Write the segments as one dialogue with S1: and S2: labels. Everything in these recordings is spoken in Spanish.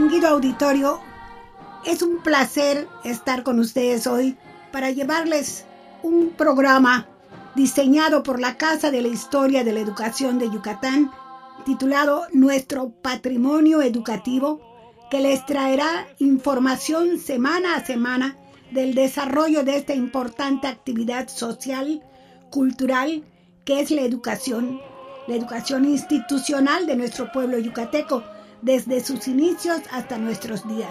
S1: distinguido auditorio, es un placer estar con ustedes hoy para llevarles un programa diseñado por la Casa de la Historia de la Educación de Yucatán, titulado Nuestro Patrimonio Educativo, que les traerá información semana a semana del desarrollo de esta importante actividad social, cultural, que es la educación institucional de nuestro pueblo yucateco, desde sus inicios hasta nuestros días.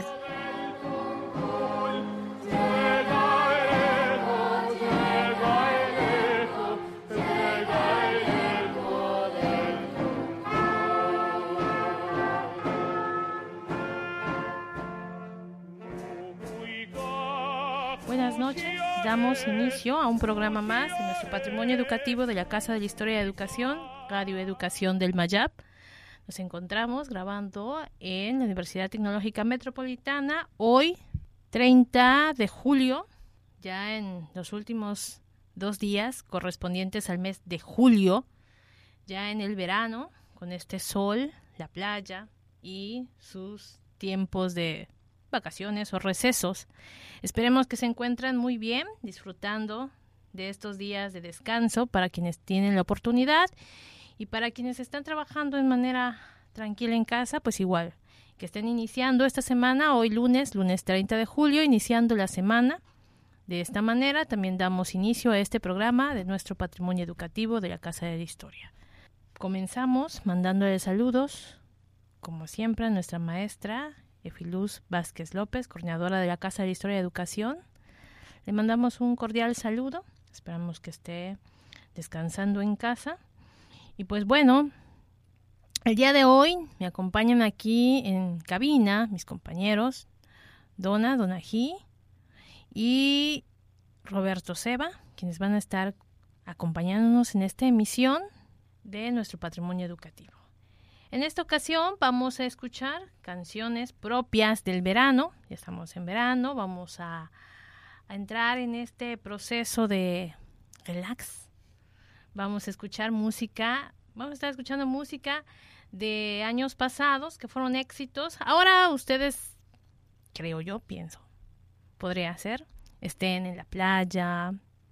S2: Buenas noches, damos inicio a un programa más de nuestro patrimonio educativo de la Casa de la Historia de Educación, Radio Educación del Mayab. Nos encontramos grabando en la Universidad Tecnológica Metropolitana hoy, 30 de julio, ya en los últimos 2 días correspondientes al mes de julio, ya en el verano, con este sol, la playa y sus tiempos de vacaciones o recesos. Esperemos que se encuentren muy bien, disfrutando de estos días de descanso para quienes tienen la oportunidad, y para quienes están trabajando de manera tranquila en casa, pues igual, que estén iniciando esta semana, hoy lunes 30 de julio, iniciando la semana. De esta manera también damos inicio a este programa de nuestro patrimonio educativo de la Casa de la Historia. Comenzamos mandándole saludos, como siempre, a nuestra maestra Efiluz Vázquez López, coordinadora de la Casa de la Historia de Educación. Le mandamos un cordial saludo, esperamos que esté descansando en casa. Y pues bueno, el día de hoy me acompañan aquí en cabina mis compañeros Donají y Roberto Seba, quienes van a estar acompañándonos en esta emisión de nuestro patrimonio educativo. En esta ocasión vamos a escuchar canciones propias del verano. Ya estamos en verano, vamos a entrar en este proceso de relax. Vamos a escuchar música, vamos a estar escuchando música de años pasados que fueron éxitos. Ahora ustedes, creo yo, pienso, podría ser, estén en la playa,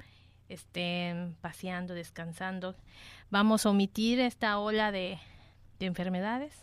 S2: estén paseando, descansando. Vamos a omitir esta ola de enfermedades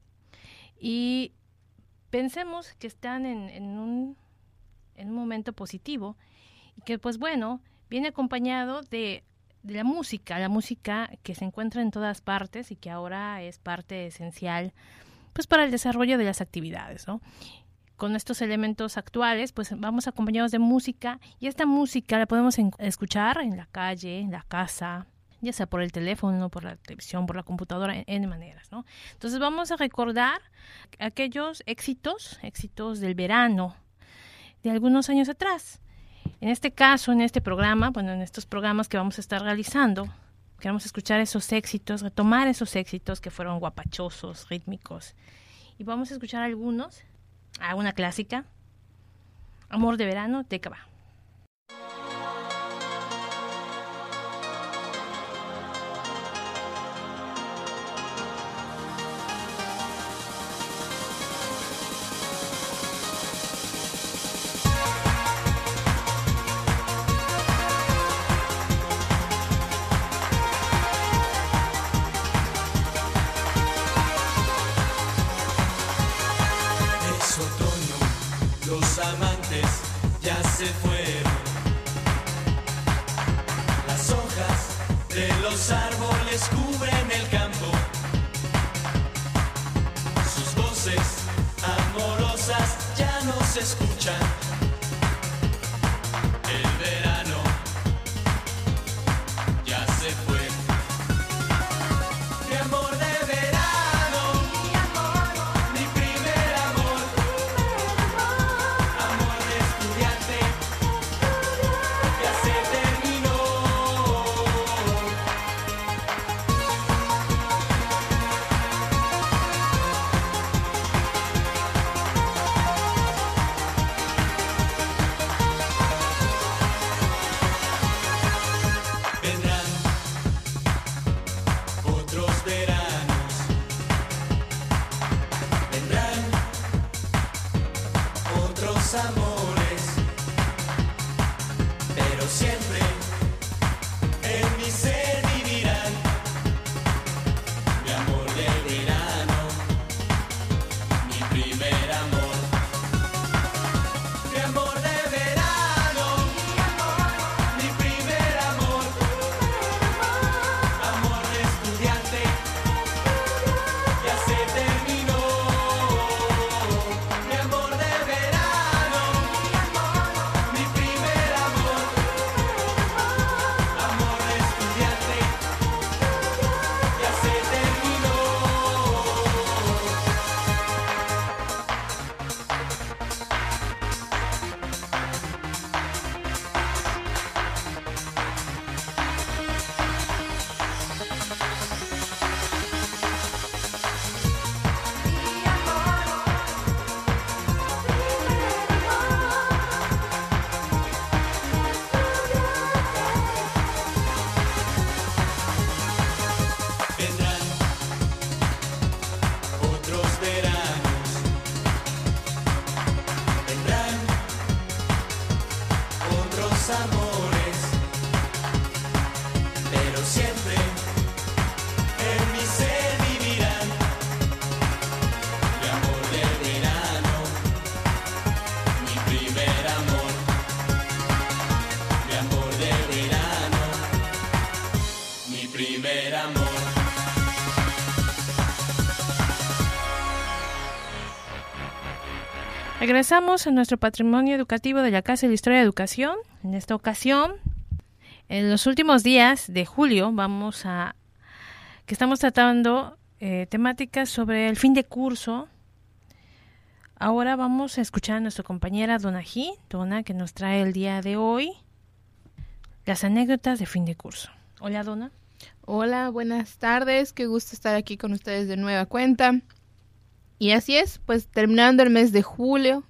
S2: y pensemos que están en un momento positivo y que pues bueno, viene acompañado de la música que se encuentra en todas partes y que ahora es parte esencial pues para el desarrollo de las actividades, ¿no? Con estos elementos actuales pues vamos acompañados de música, y esta música la podemos escuchar en la calle, en la casa, ya sea por el teléfono, por la televisión, por la computadora, en maneras, ¿no? Entonces vamos a recordar aquellos éxitos del verano de algunos años atrás. En este caso, en este programa, bueno, en estos programas que vamos a estar realizando, queremos escuchar esos éxitos, retomar esos éxitos que fueron guapachosos, rítmicos. Y vamos a escuchar algunos, a una clásica, Amor de Verano, de Cabá.
S3: Los amantes ya se fueron. Las hojas de los árboles cubren el campo. Sus voces amorosas ya no se escuchan. El verano ya se fue. Mi amor de verano, mi primer amor. Amor de estudiante, ya se terminó. amores, pero siempre en mi ser vivirán mi amor de verano, mi primer amor, mi amor de verano, mi primer amor, amor de estudiante, ya se terminó. Mi amor de verano, mi primer amor, amor de estudiante, ya se terminó. Vendrán otros veranos, vendrán otros amores, pero siempre en mi ser vivirán mi amor de verano, mi primer amor, mi amor de verano, mi primer amor.
S2: Regresamos a nuestro patrimonio educativo de la Casa de la Historia de Educación. En esta ocasión, en los últimos días de julio, que estamos tratando temáticas sobre el fin de curso. Ahora vamos a escuchar a nuestra compañera Donna G, que nos trae el día de hoy las anécdotas de fin de curso. Hola, Donna.
S4: Hola, buenas tardes. Qué gusto estar aquí con ustedes de nueva cuenta. Y así es, pues terminando el mes de julio,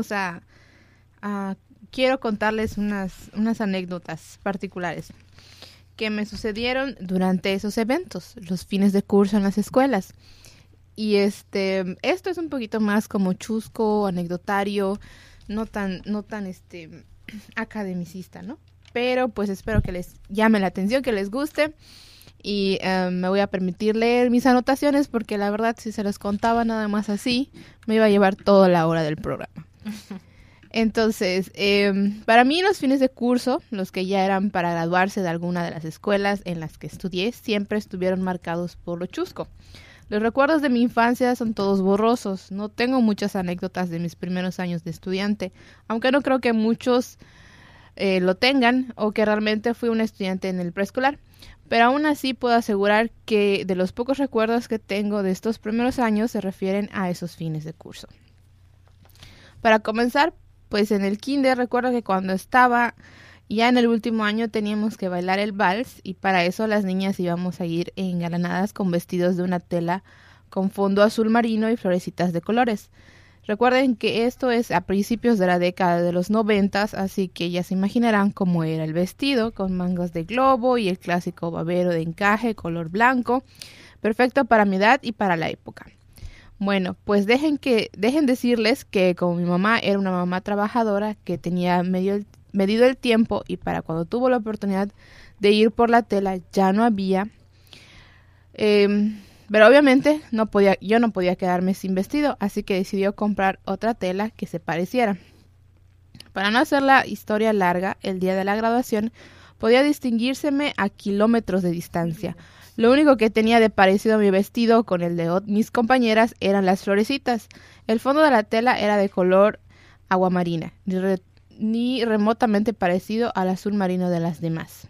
S4: quiero contarles unas anécdotas particulares que me sucedieron durante esos eventos, los fines de curso en las escuelas. Y esto es un poquito más como chusco, anecdotario, no tan academicista, ¿no? Pero pues espero que les llame la atención, que les guste. Y me voy a permitir leer mis anotaciones porque la verdad si se los contaba nada más así me iba a llevar toda la hora del programa. Entonces, para mí los fines de curso, los que ya eran para graduarse de alguna de las escuelas en las que estudié, siempre estuvieron marcados por lo chusco. Los recuerdos de mi infancia son todos borrosos. No tengo muchas anécdotas de mis primeros años de estudiante, aunque no creo que muchos lo tengan o que realmente fui un estudiante en el preescolar. Pero aún así puedo asegurar que de los pocos recuerdos que tengo de estos primeros años se refieren a esos fines de curso. Para comenzar, pues en el kinder recuerdo que cuando estaba ya en el último año teníamos que bailar el vals y para eso las niñas íbamos a ir engalanadas con vestidos de una tela con fondo azul marino y florecitas de colores. Recuerden que esto es a principios de la década de los 90, así que ya se imaginarán cómo era el vestido, con mangas de globo y el clásico babero de encaje color blanco, perfecto para mi edad y para la época. Bueno, pues dejen decirles que como mi mamá era una mamá trabajadora que tenía medido el tiempo y para cuando tuvo la oportunidad de ir por la tela ya no había... Pero obviamente yo no podía quedarme sin vestido, así que decidió comprar otra tela que se pareciera. Para no hacer la historia larga, el día de la graduación podía distinguírseme a kilómetros de distancia. Lo único que tenía de parecido a mi vestido con el de mis compañeras eran las florecitas. El fondo de la tela era de color aguamarina, ni remotamente parecido al azul marino de las demás.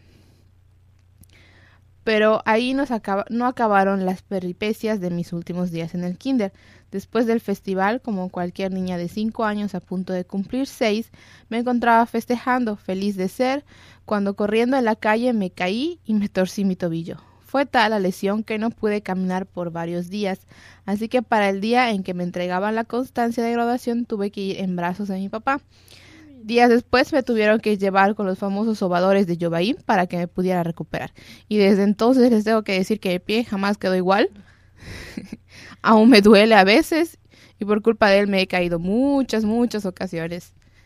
S4: Pero ahí no acabaron las peripecias de mis últimos días en el kinder. Después del festival, como cualquier niña de 5 años a punto de cumplir 6, me encontraba festejando, feliz de ser, cuando corriendo en la calle me caí y me torcí mi tobillo. Fue tal la lesión que no pude caminar por varios días, así que para el día en que me entregaban la constancia de graduación tuve que ir en brazos de mi papá. Días después me tuvieron que llevar con los famosos sobadores de Yobaín para que me pudiera recuperar. Y desde entonces les tengo que decir que mi pie jamás quedó igual. Aún me duele a veces y por culpa de él me he caído muchas ocasiones.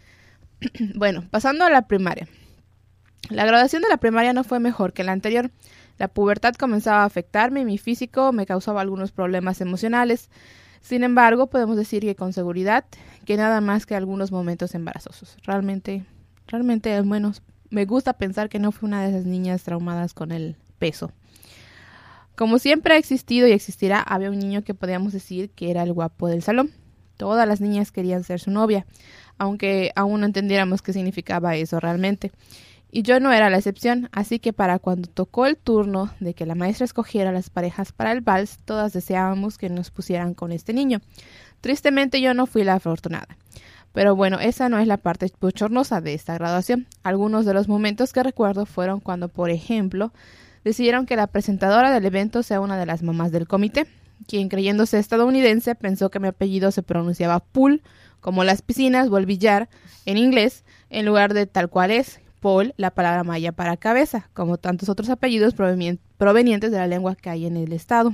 S4: Bueno, pasando a la primaria. La graduación de la primaria no fue mejor que la anterior. La pubertad comenzaba a afectarme y mi físico me causaba algunos problemas emocionales. Sin embargo, podemos decir que con seguridad que nada más que algunos momentos embarazosos. Realmente, al menos me gusta pensar que no fui una de esas niñas traumadas con el peso. Como siempre ha existido y existirá, había un niño que podíamos decir que era el guapo del salón. Todas las niñas querían ser su novia, aunque aún no entendiéramos qué significaba eso realmente. Y yo no era la excepción, así que para cuando tocó el turno de que la maestra escogiera las parejas para el vals, todas deseábamos que nos pusieran con este niño. Tristemente yo no fui la afortunada. Pero bueno, esa no es la parte bochornosa de esta graduación. Algunos de los momentos que recuerdo fueron cuando, por ejemplo, decidieron que la presentadora del evento sea una de las mamás del comité, quien creyéndose estadounidense pensó que mi apellido se pronunciaba pool, como las piscinas o el billar en inglés, en lugar de tal cual es, Paul, la palabra maya para cabeza, como tantos otros apellidos provenientes de la lengua que hay en el estado.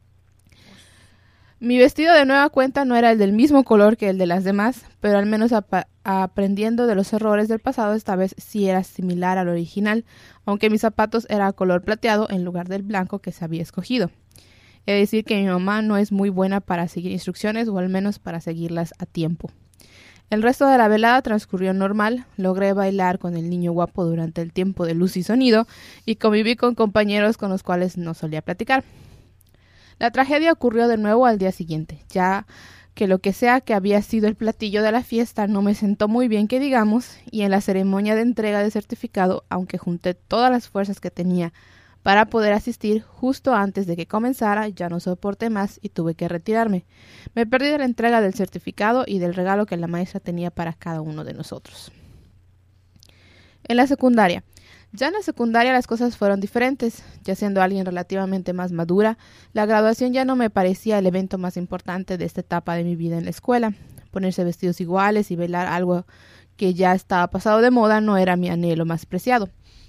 S4: Mi vestido de nueva cuenta no era el del mismo color que el de las demás, pero al menos aprendiendo de los errores del pasado, esta vez sí era similar al original, aunque mis zapatos eran color plateado en lugar del blanco que se había escogido. He de decir que mi mamá no es muy buena para seguir instrucciones, o al menos para seguirlas a tiempo. El resto de la velada transcurrió normal, logré bailar con el niño guapo durante el tiempo de luz y sonido y conviví con compañeros con los cuales no solía platicar. La tragedia ocurrió de nuevo al día siguiente, ya que lo que sea que había sido el platillo de la fiesta no me sentó muy bien que digamos, y en la ceremonia de entrega de certificado, aunque junté todas las fuerzas que tenía para poder asistir, justo antes de que comenzara, ya no soporté más y tuve que retirarme. Me perdí de la entrega del certificado y del regalo que la maestra tenía para cada uno de nosotros. En la secundaria. Ya en la secundaria las cosas fueron diferentes. Ya siendo alguien relativamente más madura, la graduación ya no me parecía el evento más importante de esta etapa de mi vida en la escuela. Ponerse vestidos iguales y bailar algo que ya estaba pasado de moda no era mi anhelo más preciado.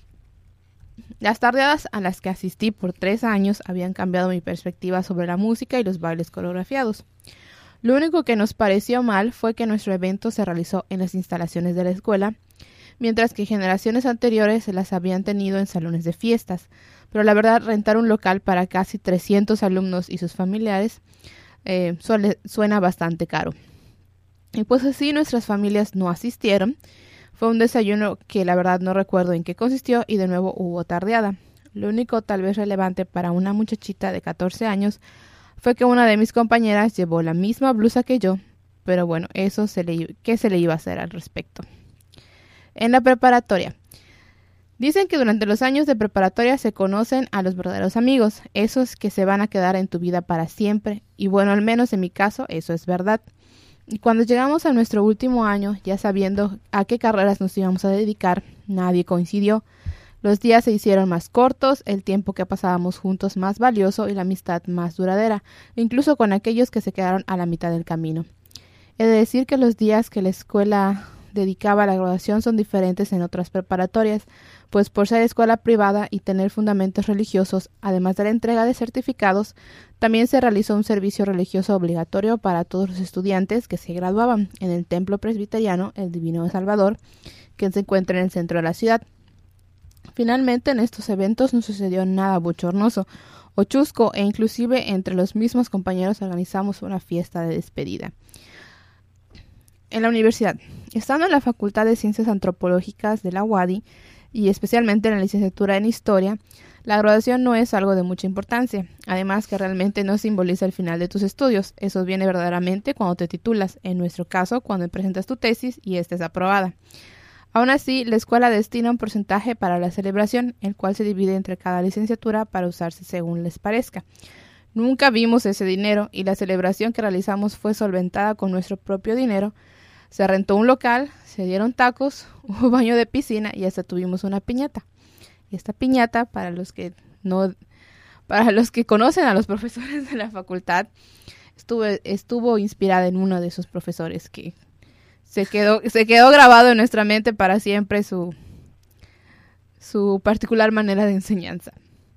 S4: Las tardeadas a las que asistí por 3 años habían cambiado mi perspectiva sobre la música y los bailes coreografiados. Lo único que nos pareció mal fue que nuestro evento se realizó en las instalaciones de la escuela, mientras que generaciones anteriores se las habían tenido en salones de fiestas. Pero la verdad, rentar un local para casi 300 alumnos y sus familiares suena bastante caro. Y pues así nuestras familias no asistieron. Fue un desayuno que la verdad no recuerdo en qué consistió y de nuevo hubo tardeada. Lo único tal vez relevante para una muchachita de 14 años fue que una de mis compañeras llevó la misma blusa que yo, pero bueno, ¿qué se le iba a hacer al respecto? En la preparatoria. Dicen que durante los años de preparatoria se conocen a los verdaderos amigos, esos que se van a quedar en tu vida para siempre, y bueno, al menos en mi caso eso es verdad. Y cuando llegamos a nuestro último año, ya sabiendo a qué carreras nos íbamos a dedicar, nadie coincidió. Los días se hicieron más cortos, el tiempo que pasábamos juntos más valioso y la amistad más duradera, incluso con aquellos que se quedaron a la mitad del camino. He de decir que los días que la escuela dedicaba a la graduación son diferentes en otras preparatorias, pues por ser escuela privada y tener fundamentos religiosos, además de la entrega de certificados, también se realizó un servicio religioso obligatorio para todos los estudiantes que se graduaban en el Templo Presbiteriano El Divino Salvador, que se encuentra en el centro de la ciudad. Finalmente, en estos eventos no sucedió nada bochornoso o chusco, e inclusive entre los mismos compañeros organizamos una fiesta de despedida. En la universidad. Estando en la Facultad de Ciencias Antropológicas de la UADY, y especialmente en la licenciatura en Historia, la graduación no es algo de mucha importancia, además que realmente no simboliza el final de tus estudios. Eso viene verdaderamente cuando te titulas, en nuestro caso cuando presentas tu tesis y esta es aprobada. Aún así, la escuela destina un porcentaje para la celebración, el cual se divide entre cada licenciatura para usarse según les parezca. Nunca vimos ese dinero y la celebración que realizamos fue solventada con nuestro propio dinero. Se rentó un local, se dieron tacos, hubo baño de piscina y hasta tuvimos una piñata. Y esta piñata, para los que conocen a los profesores de la facultad, estuvo inspirada en uno de esos profesores que se quedó grabado en nuestra mente para siempre su particular manera de enseñanza.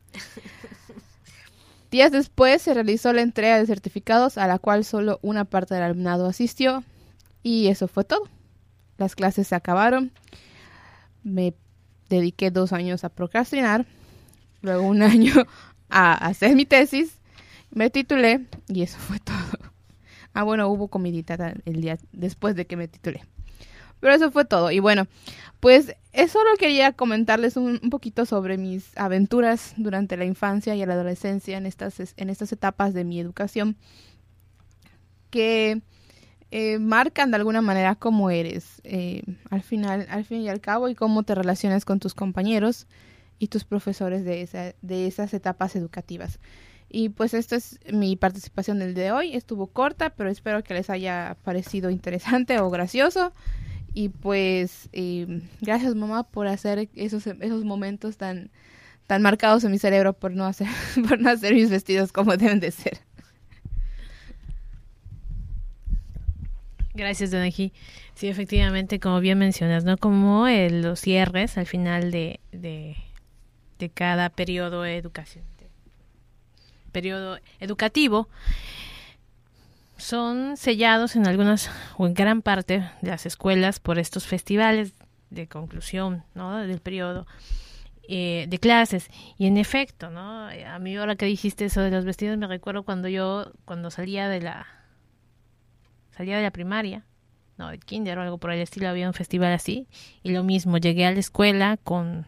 S4: Días después se realizó la entrega de certificados a la cual solo una parte del alumnado asistió y eso fue todo. las clases se acabaron. Me dediqué 2 años a procrastinar, luego 1 año a hacer mi tesis, me titulé y eso fue todo. Bueno, hubo comidita el día después de que me titulé. Pero eso fue todo. Y bueno, pues solo quería comentarles un poquito sobre mis aventuras durante la infancia y la adolescencia en estas etapas de mi educación que marcan de alguna manera cómo eres al fin y al cabo y cómo te relacionas con tus compañeros y tus profesores de esas etapas educativas. Y pues esta es mi participación del día de hoy. Estuvo corta, pero espero que les haya parecido interesante o gracioso. Y pues gracias, mamá, por hacer esos momentos tan marcados en mi cerebro por no hacer mis vestidos como deben de ser.
S2: Gracias, Donají. Sí, efectivamente, como bien mencionas, ¿no? Como los cierres al final de cada periodo educativo son sellados en algunas o en gran parte de las escuelas por estos festivales de conclusión, ¿no? Del periodo de clases. Y en efecto, ¿no? A mí ahora que dijiste eso de los vestidos, me recuerdo cuando salía de la primaria, no, de kinder o algo por el estilo, había un festival así, y lo mismo, llegué a la escuela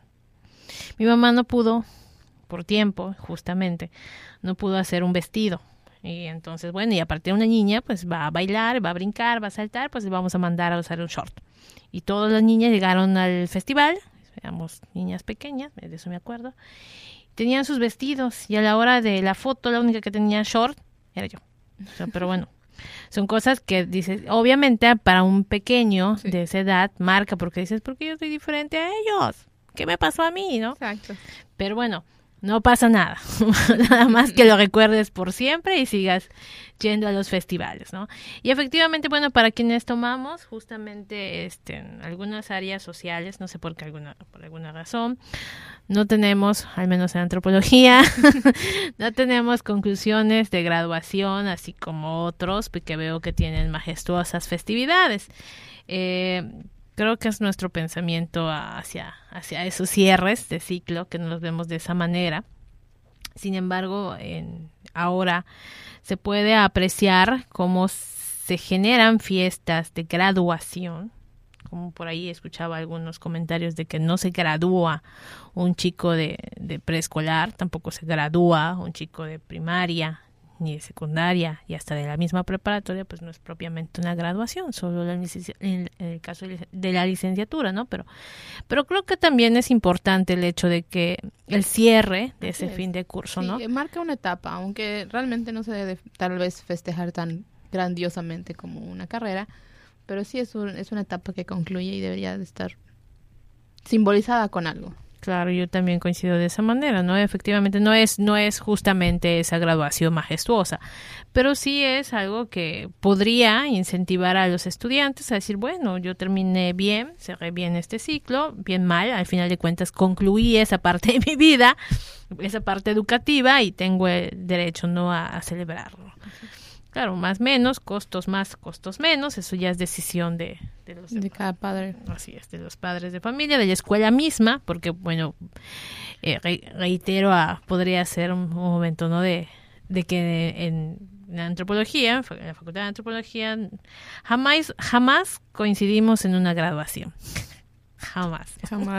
S2: mi mamá no pudo, por tiempo, justamente, no pudo hacer un vestido, y entonces, bueno, y aparte una niña, pues va a bailar, va a brincar, va a saltar, pues le vamos a mandar a usar un short, y todas las niñas llegaron al festival, éramos niñas pequeñas, de eso me acuerdo, tenían sus vestidos, y a la hora de la foto, la única que tenía short era yo, pero bueno, son cosas que dices, obviamente para un pequeño de esa edad marca, porque dices, ¿por qué yo soy diferente a ellos? ¿Qué me pasó a mí, no?
S4: Exacto.
S2: Pero bueno, no pasa nada, nada más que lo recuerdes por siempre y sigas yendo a los festivales, ¿no? Y efectivamente, bueno, para quienes tomamos justamente en algunas áreas sociales, no sé por alguna razón, no tenemos, al menos en antropología, no tenemos conclusiones de graduación, así como otros, porque veo que tienen majestuosas festividades. Creo que es nuestro pensamiento hacia esos cierres de ciclo, que no los vemos de esa manera. Sin embargo, ahora se puede apreciar cómo se generan fiestas de graduación, como por ahí escuchaba algunos comentarios de que no se gradúa un chico de preescolar, tampoco se gradúa un chico de primaria, ni de secundaria, y hasta de la misma preparatoria, pues no es propiamente una graduación, solo en el caso de la licenciatura, ¿no? Pero creo que también es importante el hecho de que el cierre de ese fin de curso, ¿no?
S4: Sí, marca una etapa, aunque realmente no se debe tal vez festejar tan grandiosamente como una carrera, pero sí es una etapa que concluye y debería de estar simbolizada con algo.
S2: Claro, yo también coincido de esa manera, ¿no? Efectivamente, no es justamente esa graduación majestuosa, pero sí es algo que podría incentivar a los estudiantes a decir, bueno, yo terminé bien, cerré bien este ciclo, bien mal, al final de cuentas concluí esa parte de mi vida, esa parte educativa, y tengo el derecho, ¿no?, a celebrarlo. Claro, más menos, costos más, costos menos, eso ya es decisión de
S4: cada padre.
S2: Así es, de los padres de familia, de la escuela misma, porque, bueno, reitero, podría ser un momento, ¿no?, de que en la antropología, en la Facultad de Antropología, jamás coincidimos en una graduación. Jamás.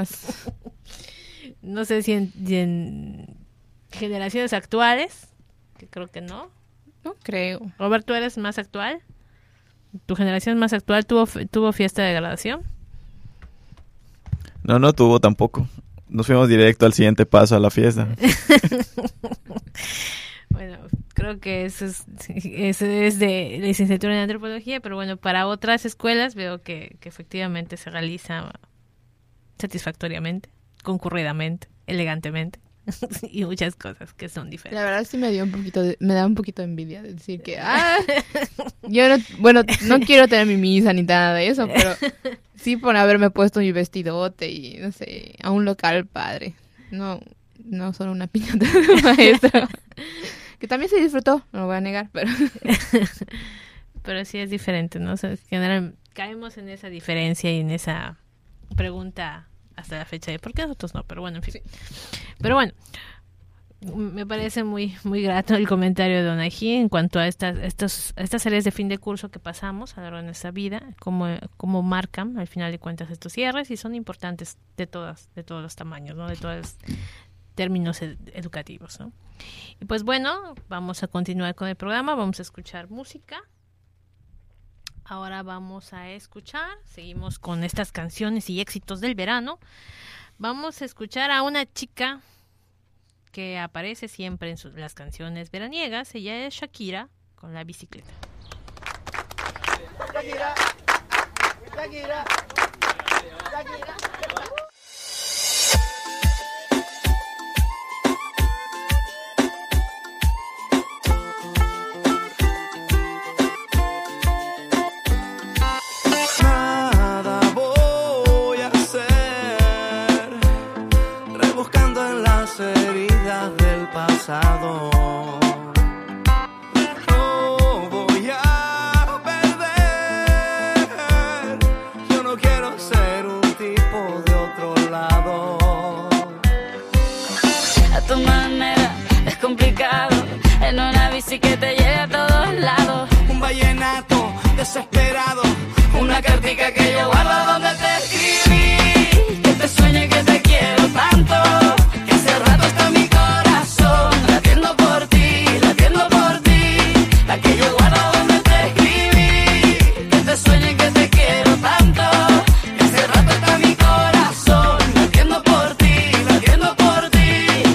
S2: No sé si en generaciones actuales, que creo que no.
S4: No creo.
S2: Robert, ¿tú eres más actual? ¿Tu generación más actual tuvo fiesta de graduación?
S5: No tuvo tampoco. Nos fuimos directo al siguiente paso, a la fiesta.
S2: Bueno, creo que eso es de licenciatura en antropología, pero bueno, para otras escuelas veo que efectivamente se realiza satisfactoriamente, concurridamente, elegantemente. Y muchas cosas que son diferentes.
S4: La verdad sí me da un poquito de envidia de decir que yo no quiero tener mi misa ni nada de eso, pero sí por haberme puesto mi vestidote y no sé, a un local padre, no solo una piñata de maestro, que también se disfrutó, no lo voy a negar, pero
S2: sí es diferente, ¿no? O sea, caemos en esa diferencia y en esa pregunta hasta la fecha de por qué nosotros no, pero bueno, en fin. Sí. Pero bueno, me parece muy muy grato el comentario de Don Ají en cuanto a estas series de fin de curso que pasamos a lo largo de nuestra vida, cómo marcan al final de cuentas estos cierres, y son importantes de todos los tamaños, ¿no? De todos los términos educativos, ¿no? Y pues bueno, vamos a continuar con el programa, vamos a escuchar música. Ahora vamos a escuchar, seguimos con estas canciones y éxitos del verano. Vamos a escuchar a una chica que aparece siempre en las canciones veraniegas. Ella es Shakira con La Bicicleta.
S6: Shakira, Shakira, Shakira.
S3: Nada voy a hacer, rebuscando en las heridas del pasado. No voy a perder, yo no quiero ser un tipo de otro lado.
S7: A tu manera es complicado, en una bici que te lleve a todos lados.
S3: Un vallenato desesperado, una cartica que yo guardo donde te escribí, que te sueño y que te quiero tanto, que hace rato está mi corazón latiendo por ti, la que yo guardo donde te escribí, que te sueño y que te quiero tanto, que hace rato está mi corazón latiendo por ti, latiendo por ti.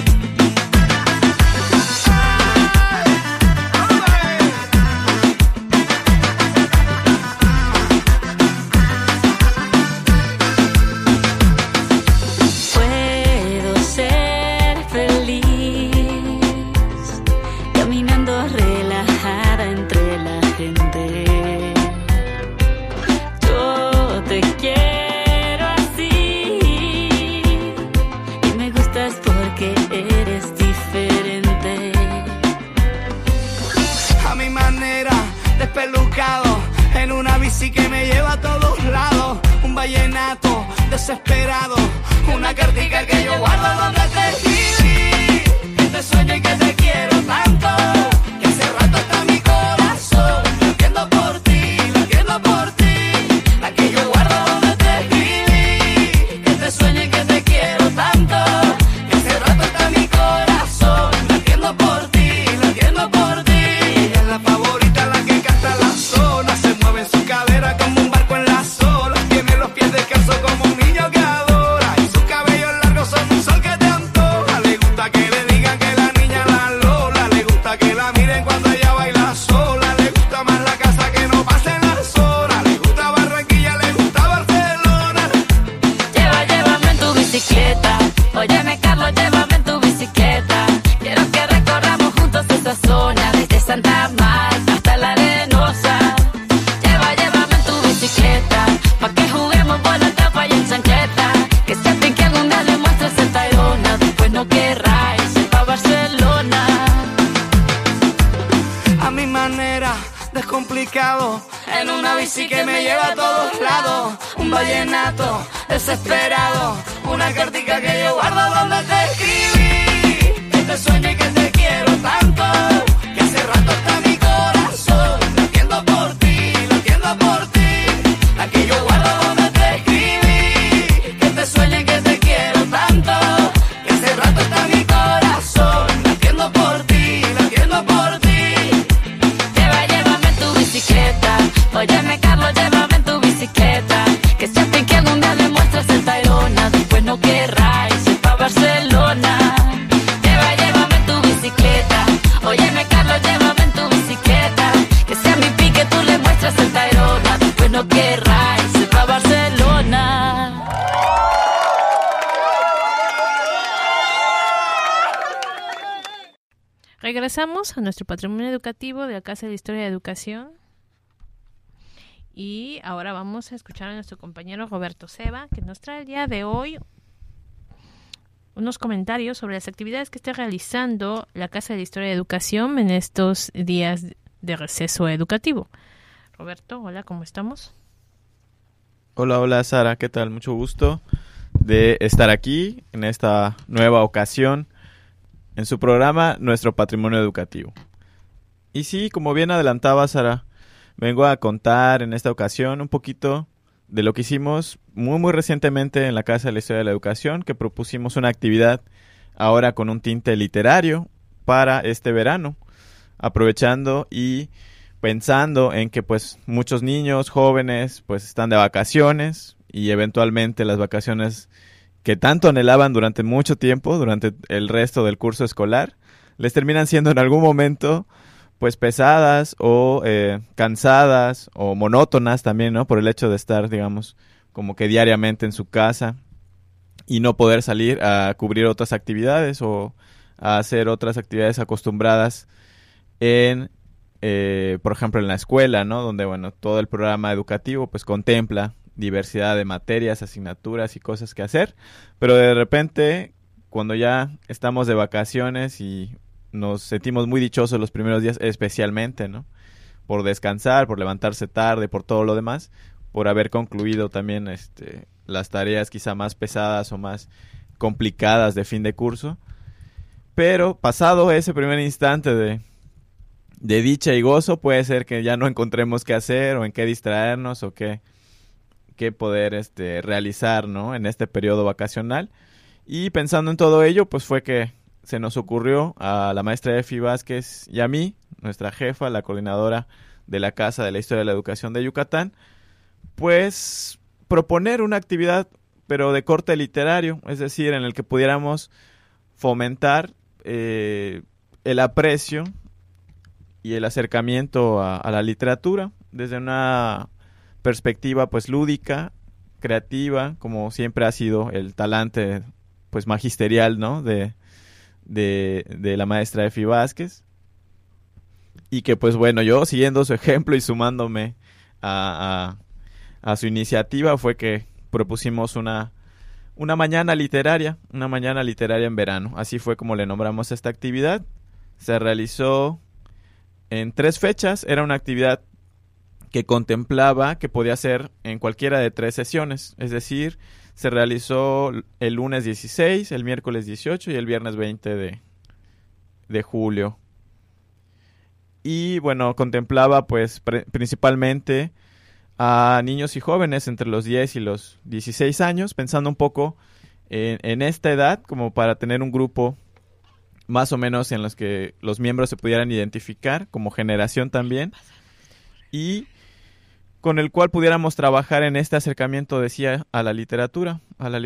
S7: Puedo ser feliz caminando relajada entre la gente. Yo te quiero así y me gustas porque eres diferente.
S3: A mi manera, despelucado, en una bici que me lleva a todos lados. Un vallenato desesperado, una cartica que yo guardo donde te escribí, que te sueño y que te quiero tanto, que hace rato está mi corazón latiendo por ti, la que yo guardo donde te escribí, que te sueño y que te quiero tanto, que hace rato está mi corazón latiendo por ti, latiendo por ti. Ella es la favorita, la que canta la zona, se mueve en su cadera como un barco en las olas, tiene los pies descalzos como un niño que adora, y sus cabellos largos son un sol que te antoja. Le gusta que le digan que la niña la Lola, le gusta que la miren cuando ella baila sola, le gusta más la casa que no pasen las horas, le gusta Barranquilla, le gusta Barcelona.
S7: Llévame en tu bicicleta. Óyeme, Carlos, llévame en tu bicicleta. Quiero que recorramos juntos esa zona, desde Santa Marta hasta la Arenosa. Llévame en tu bicicleta, pa' que juguemos por la tapa y en chancleta. Que se fin que algún día le muestres el Tayrona, después no querráis ir pa' Barcelona.
S3: A mi manera, descomplicado, en una bici que me lleva a todos lados. Un vallenato desesperado, una cartica que yo guardo donde te escribí, que te sueño y que te quiero tanto, que hace rato está mi corazón latiendo por ti, la que yo guardo donde te escribí, que te sueño y que te quiero tanto, que hace rato está mi corazón latiendo por ti,
S7: Llévame en tu bicicleta. Óyeme, Carlos, llévame en tu bicicleta. Que se fin que algún día le muestres el Tayrona, después no querráis ir pa' Barcelona. Llévame en tu bicicleta. Óyeme, Carlos, llévame en tu bicicleta. Que sea mi pique, tú le muestras el Tayrona, después no querráis ir pa' Barcelona.
S2: Regresamos a nuestro patrimonio educativo de la Casa de la Historia de Educación. Y ahora vamos a escuchar a nuestro compañero Roberto Seba, que nos trae el día de hoy unos comentarios sobre las actividades que está realizando la Casa de la Historia de Educación en estos días de receso educativo. Roberto, hola, ¿cómo estamos?
S5: Hola, hola Sara, ¿qué tal? Mucho gusto de estar aquí en esta nueva ocasión en su programa Nuestro Patrimonio Educativo. Y sí, como bien adelantaba Sara, vengo a contar en esta ocasión un poquito de lo que hicimos muy recientemente en la Casa de la Historia de la Educación, que propusimos una actividad ahora con un tinte literario para este verano, aprovechando y pensando en que pues muchos niños, jóvenes, pues están de vacaciones y eventualmente las vacaciones que tanto anhelaban durante mucho tiempo, durante el resto del curso escolar, les terminan siendo en algún momento pues pesadas o cansadas o monótonas también, ¿no? Por el hecho de estar, digamos, como que diariamente en su casa y no poder salir a cubrir otras actividades o a hacer otras actividades acostumbradas en por ejemplo en la escuela, ¿no? Donde, bueno, todo el programa educativo pues contempla diversidad de materias, asignaturas y cosas que hacer, pero de repente cuando ya estamos de vacaciones y nos sentimos muy dichosos los primeros días, especialmente, ¿no? Por descansar, por levantarse tarde, por todo lo demás, por haber concluido también las tareas quizá más pesadas o más complicadas de fin de curso, pero pasado ese primer instante de dicha y gozo, puede ser que ya no encontremos qué hacer o en qué distraernos o qué poder realizar, ¿no? En este periodo vacacional. Y pensando en todo ello, pues fue que se nos ocurrió a la maestra Efi Vázquez y a mí, nuestra jefa, la coordinadora de la Casa de la Historia de la Educación de Yucatán, pues proponer una actividad, pero de corte literario, es decir, en el que pudiéramos fomentar el aprecio y el acercamiento a la literatura desde una perspectiva pues lúdica, creativa, como siempre ha sido el talante pues magisterial, ¿no? de la maestra Efi Vázquez, y que pues bueno, yo siguiendo su ejemplo y sumándome a su iniciativa fue que propusimos una mañana literaria en verano. Así fue como le nombramos esta actividad. Se realizó en 3 fechas. Era una actividad que contemplaba que podía ser en cualquiera de 3 sesiones. Es decir, se realizó el lunes 16, el miércoles 18 y el viernes 20 de julio. Y bueno, contemplaba pues principalmente a niños y jóvenes entre los 10 y los 16 años, pensando un poco en esta edad como para tener un grupo más o menos en los que los miembros se pudieran identificar como generación también, y con el cual pudiéramos trabajar en este acercamiento, decía, a la literatura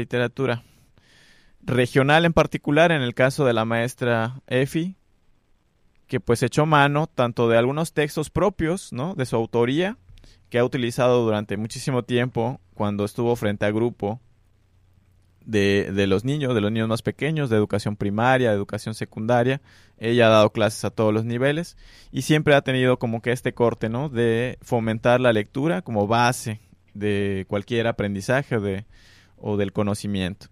S5: regional en particular, en el caso de la maestra Efi, que pues echó mano tanto de algunos textos propios, ¿no? De su autoría, que ha utilizado durante muchísimo tiempo cuando estuvo frente a grupo de los niños más pequeños, de educación primaria, de educación secundaria. Ella ha dado clases a todos los niveles y siempre ha tenido como que este corte, ¿no? De fomentar la lectura como base de cualquier aprendizaje o del conocimiento.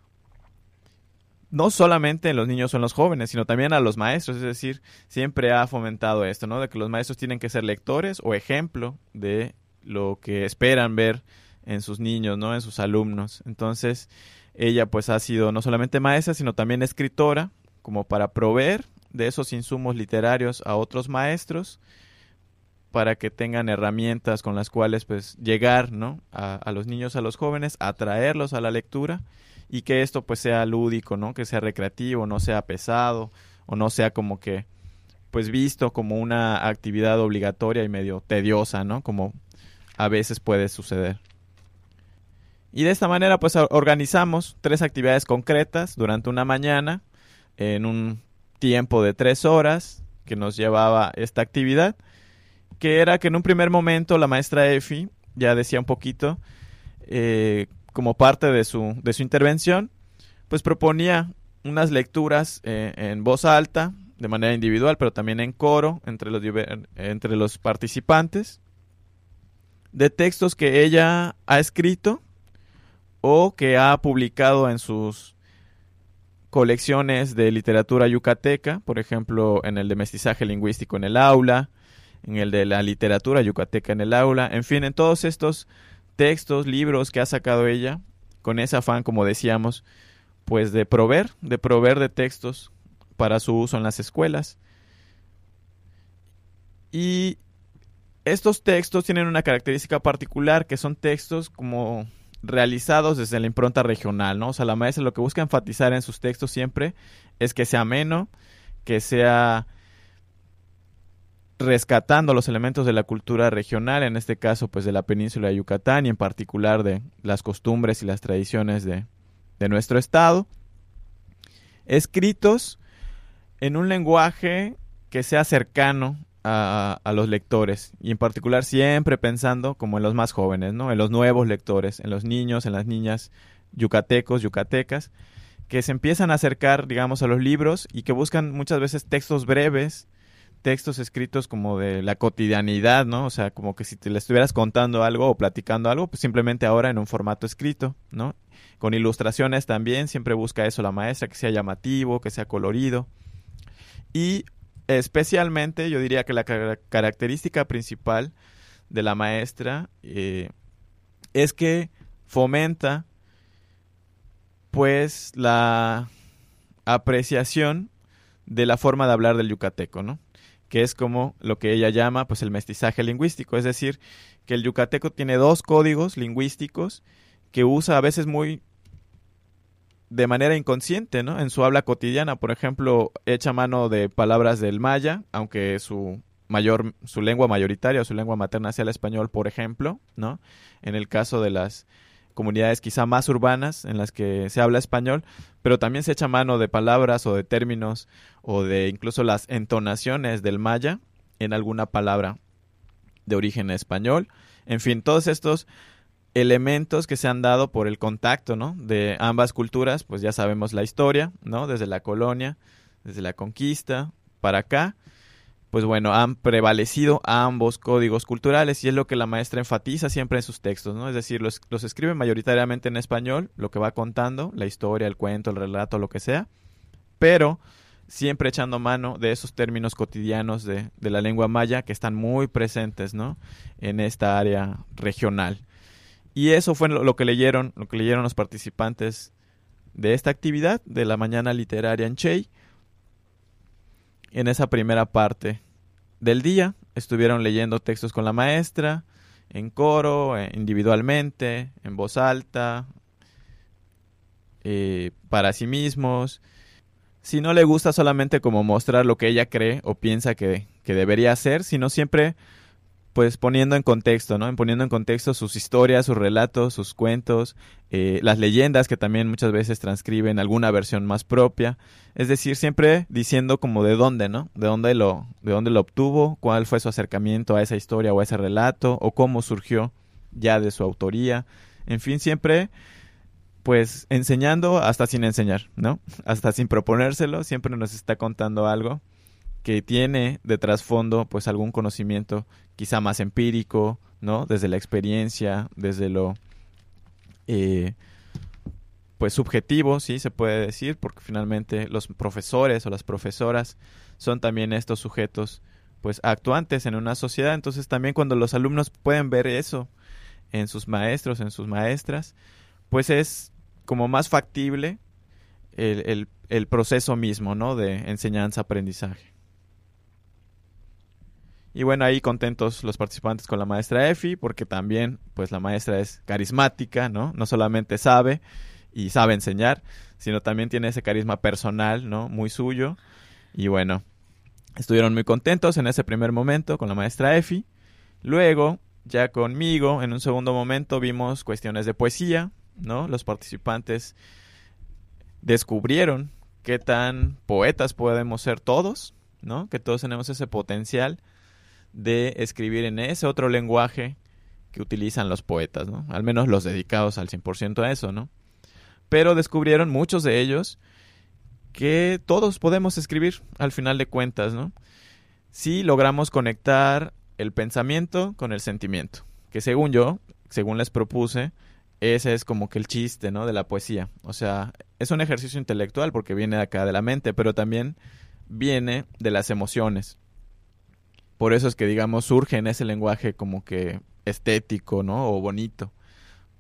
S5: No solamente en los niños o en los jóvenes, sino también a los maestros, es decir, siempre ha fomentado esto, ¿no? De que los maestros tienen que ser lectores o ejemplo de lo que esperan ver en sus niños, ¿no? En sus alumnos. Entonces, ella pues ha sido no solamente maestra, sino también escritora, como para proveer de esos insumos literarios a otros maestros, para que tengan herramientas con las cuales pues llegar, ¿no? a los niños, a los jóvenes, atraerlos a la lectura, y que esto pues sea lúdico, ¿no? Que sea recreativo, no sea pesado, o no sea como que pues visto como una actividad obligatoria y medio tediosa, ¿no? Como a veces puede suceder. Y de esta manera pues organizamos 3 actividades concretas durante una mañana en un tiempo de 3 horas que nos llevaba esta actividad, que era que en un primer momento la maestra Efi ya decía un poquito como parte de su intervención, pues proponía unas lecturas en voz alta, de manera individual, pero también en coro, entre los participantes, de textos que ella ha escrito o que ha publicado en sus colecciones de literatura yucateca, por ejemplo, en el de Mestizaje Lingüístico en el Aula, en el de la literatura yucateca en el aula, en fin, en todos estos textos, libros que ha sacado ella, con ese afán, como decíamos, pues de proveer de textos para su uso en las escuelas. Y estos textos tienen una característica particular, que son textos como realizados desde la impronta regional, ¿no? O sea, la maestra lo que busca enfatizar en sus textos siempre es que sea ameno, que sea rescatando los elementos de la cultura regional, en este caso pues de la península de Yucatán y en particular de las costumbres y las tradiciones de nuestro estado, escritos en un lenguaje que sea cercano a los lectores y en particular siempre pensando como en los más jóvenes, ¿no? En los nuevos lectores, en los niños, en las niñas yucatecos, yucatecas, que se empiezan a acercar, digamos, a los libros y que buscan muchas veces textos breves, textos escritos como de la cotidianidad, ¿no? O sea, como que si te le estuvieras contando algo o platicando algo, pues simplemente ahora en un formato escrito, ¿no? Con ilustraciones también, siempre busca eso la maestra, que sea llamativo, que sea colorido. Y especialmente yo diría que la característica principal de la maestra es que fomenta pues la apreciación de la forma de hablar del yucateco, ¿no? Que es como lo que ella llama pues el mestizaje lingüístico, es decir, que el yucateco tiene 2 códigos lingüísticos que usa a veces muy de manera inconsciente, ¿no? En su habla cotidiana, por ejemplo, echa mano de palabras del maya, aunque su lengua mayoritaria o su lengua materna sea el español, por ejemplo, ¿no? En el caso de las comunidades quizá más urbanas en las que se habla español, pero también se echa mano de palabras o de términos o de incluso las entonaciones del maya en alguna palabra de origen español. En fin, todos estos elementos que se han dado por el contacto, ¿no? De ambas culturas, pues ya sabemos la historia, ¿no? Desde la colonia, desde la conquista para acá, pues bueno, han prevalecido ambos códigos culturales y es lo que la maestra enfatiza siempre en sus textos, ¿no? Es decir, los escribe mayoritariamente en español, lo que va contando, la historia, el cuento, el relato, lo que sea, pero siempre echando mano de esos términos cotidianos de la lengua maya que están muy presentes, ¿no? En esta área regional. Y eso fue lo que leyeron los participantes de esta actividad de la mañana literaria en Chey. En esa primera parte del día estuvieron leyendo textos con la maestra, en coro, individualmente, en voz alta, para sí mismos. Si no le gusta solamente como mostrar lo que ella cree o piensa que debería hacer, sino siempre pues poniendo en contexto, ¿no? Poniendo en contexto sus historias, sus relatos, sus cuentos, las leyendas que también muchas veces transcriben alguna versión más propia. Es decir, siempre diciendo como de dónde, ¿no? De dónde lo obtuvo, cuál fue su acercamiento a esa historia o a ese relato, o cómo surgió ya de su autoría. En fin, siempre pues enseñando hasta sin enseñar, ¿no? Hasta sin proponérselo, siempre nos está contando algo que tiene de trasfondo pues algún conocimiento quizá más empírico, ¿no? Desde la experiencia, desde lo pues subjetivo, sí, se puede decir, porque finalmente los profesores o las profesoras son también estos sujetos pues actuantes en una sociedad. Entonces también cuando los alumnos pueden ver eso en sus maestros, en sus maestras, pues es como más factible el proceso mismo, ¿no? De enseñanza-aprendizaje. Y bueno, ahí contentos los participantes con la maestra Efi, porque también, pues la maestra es carismática, ¿no? No solamente sabe y sabe enseñar, sino también tiene ese carisma personal, ¿no? Muy suyo. Y bueno, estuvieron muy contentos en ese primer momento con la maestra Efi. Luego, ya conmigo, en un segundo momento, vimos cuestiones de poesía, ¿no? Los participantes descubrieron qué tan poetas podemos ser todos, ¿no? Que todos tenemos ese potencial de escribir en ese otro lenguaje que utilizan los poetas, ¿no? Al menos los dedicados al 100% a eso, ¿no? Pero descubrieron muchos de ellos que todos podemos escribir al final de cuentas, ¿no? Si logramos conectar el pensamiento con el sentimiento, que según les propuse, ese es como que el chiste, ¿no? De la poesía. O sea, es un ejercicio intelectual porque viene de acá de la mente, pero también viene de las emociones. Por eso es que, digamos, surge en ese lenguaje como que estético, ¿no? O bonito.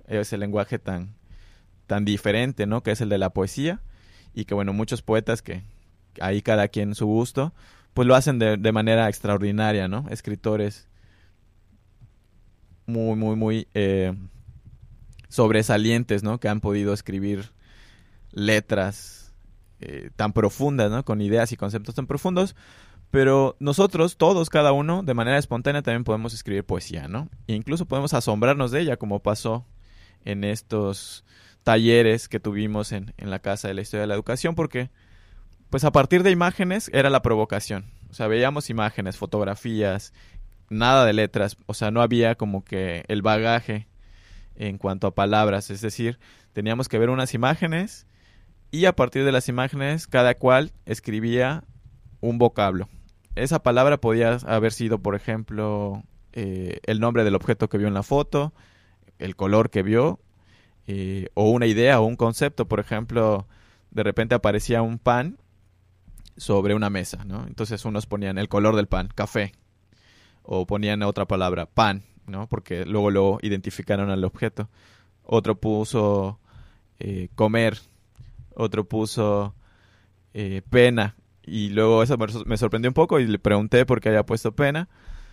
S5: ese lenguaje tan diferente, ¿no? Que es el de la poesía, y que, bueno, muchos poetas que ahí cada quien su gusto, pues lo hacen de manera extraordinaria, ¿no? Escritores muy sobresalientes, ¿no? Que han podido escribir letras tan profundas, ¿no? Con ideas y conceptos tan profundos. Pero nosotros, todos, cada uno, de manera espontánea también podemos escribir poesía, ¿no? E incluso podemos asombrarnos de ella, como pasó en estos talleres que tuvimos en la Casa de la Historia de la Educación, porque pues a partir de imágenes era la provocación. O sea, veíamos imágenes, fotografías, nada de letras. O sea, no había como que el bagaje en cuanto a palabras. Es decir, teníamos que ver unas imágenes y a partir de las imágenes cada cual escribía un vocablo. Esa palabra podía haber sido, por ejemplo, el nombre del objeto que vio en la foto, el color que vio, o una idea o un concepto. Por ejemplo, de repente aparecía un pan sobre una mesa, ¿no? Entonces unos ponían el color del pan, café, o ponían otra palabra, pan, ¿no? Porque luego lo identificaron al objeto. Otro puso comer, otro puso pena, y luego eso me sorprendió un poco y le pregunté por qué había puesto pena,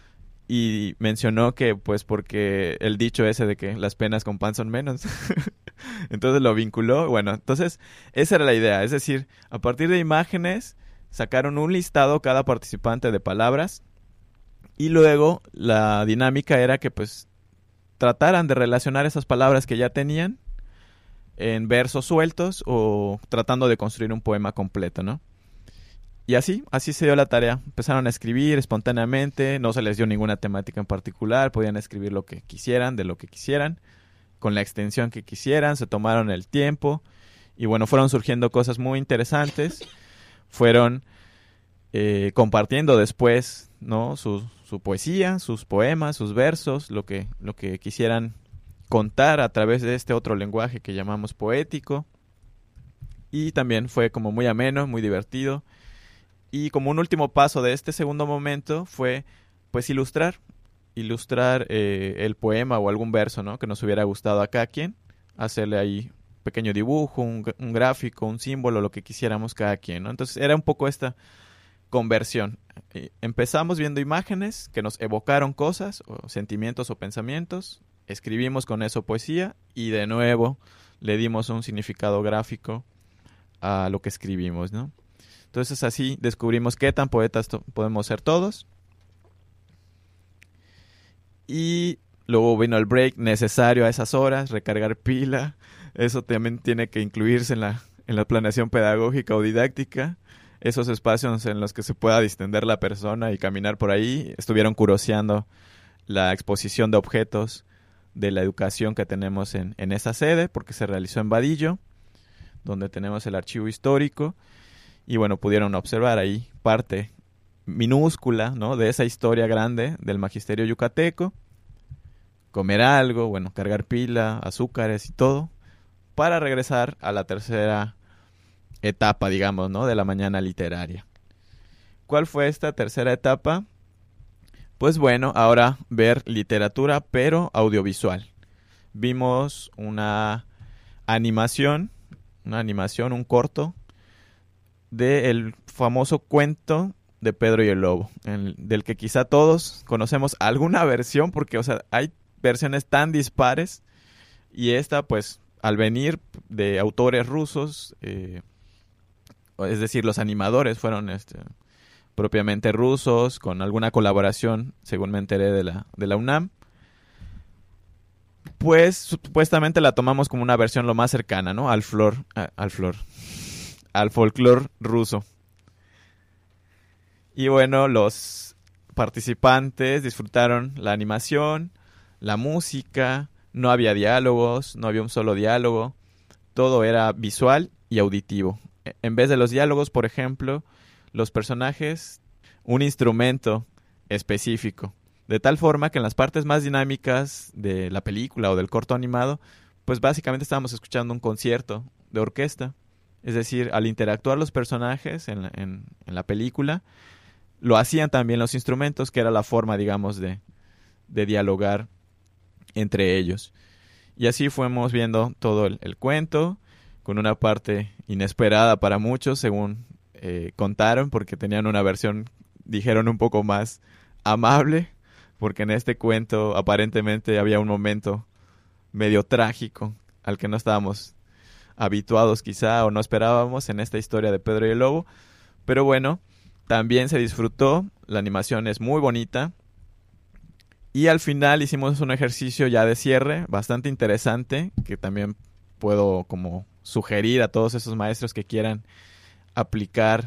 S5: y mencionó que pues porque el dicho ese de que las penas con pan son menos. Entonces lo vinculó. Bueno, entonces esa era la idea, es decir, a partir de imágenes sacaron un listado cada participante de palabras, y luego la dinámica era que pues trataran de relacionar esas palabras que ya tenían en versos sueltos o tratando de construir un poema completo, ¿no? Y así se dio la tarea. Empezaron a escribir espontáneamente, no se les dio ninguna temática en particular, podían escribir lo que quisieran, de lo que quisieran, con la extensión que quisieran, se tomaron el tiempo y bueno, fueron surgiendo cosas muy interesantes, fueron compartiendo después, ¿no? Su poesía, sus poemas, sus versos, lo que quisieran contar a través de este otro lenguaje que llamamos poético, y también fue como muy ameno, muy divertido. Y como un último paso de este segundo momento fue pues ilustrar el poema o algún verso, ¿no? Que nos hubiera gustado a cada quien, hacerle ahí un pequeño dibujo, un gráfico, un símbolo, lo que quisiéramos cada quien, ¿no? Entonces era un poco esta conversión. Empezamos viendo imágenes que nos evocaron cosas, o sentimientos o pensamientos, escribimos con eso poesía y de nuevo le dimos un significado gráfico a lo que escribimos, ¿no? Entonces así descubrimos qué tan poetas podemos ser todos. Y luego vino el break necesario a esas horas, recargar pila. Eso también tiene que incluirse en la planeación pedagógica o didáctica. Esos espacios en los que se pueda distender la persona y caminar por ahí. Estuvieron curioseando la exposición de objetos de la educación que tenemos en esa sede, porque se realizó en Vadillo, donde tenemos el archivo histórico. Y bueno, pudieron observar ahí parte minúscula, ¿no? De esa historia grande del magisterio yucateco. Comer algo, bueno, cargar pila, azúcares y todo, para regresar a la tercera etapa, digamos, ¿no? De la mañana literaria. ¿Cuál fue esta tercera etapa? Pues bueno, ahora ver literatura, pero audiovisual. Vimos una animación, un corto, del famoso cuento de Pedro y el Lobo, del que quizá todos conocemos alguna versión, porque, o sea, hay versiones tan dispares, y esta, pues, al venir de autores rusos, es decir, los animadores fueron propiamente rusos, con alguna colaboración, según me enteré, de la UNAM, pues supuestamente la tomamos como una versión lo más cercana, ¿no? Al folclore ruso. Y bueno, los participantes disfrutaron la animación, la música, no había diálogos, no había un solo diálogo, todo era visual y auditivo. En vez de los diálogos, por ejemplo, los personajes, un instrumento específico, de tal forma que en las partes más dinámicas de la película o del corto animado, pues básicamente estábamos escuchando un concierto de orquesta. Es decir, al interactuar los personajes en la película, lo hacían también los instrumentos, que era la forma, digamos, de dialogar entre ellos. Y así fuimos viendo todo el cuento, con una parte inesperada para muchos, según contaron, porque tenían una versión, dijeron, un poco más amable, porque en este cuento aparentemente había un momento medio trágico al que no estábamos habituados quizá o no esperábamos en esta historia de Pedro y el Lobo. Pero bueno, también se disfrutó, la animación es muy bonita. Y al final hicimos un ejercicio ya de cierre bastante interesante, que también puedo como sugerir a todos esos maestros que quieran aplicar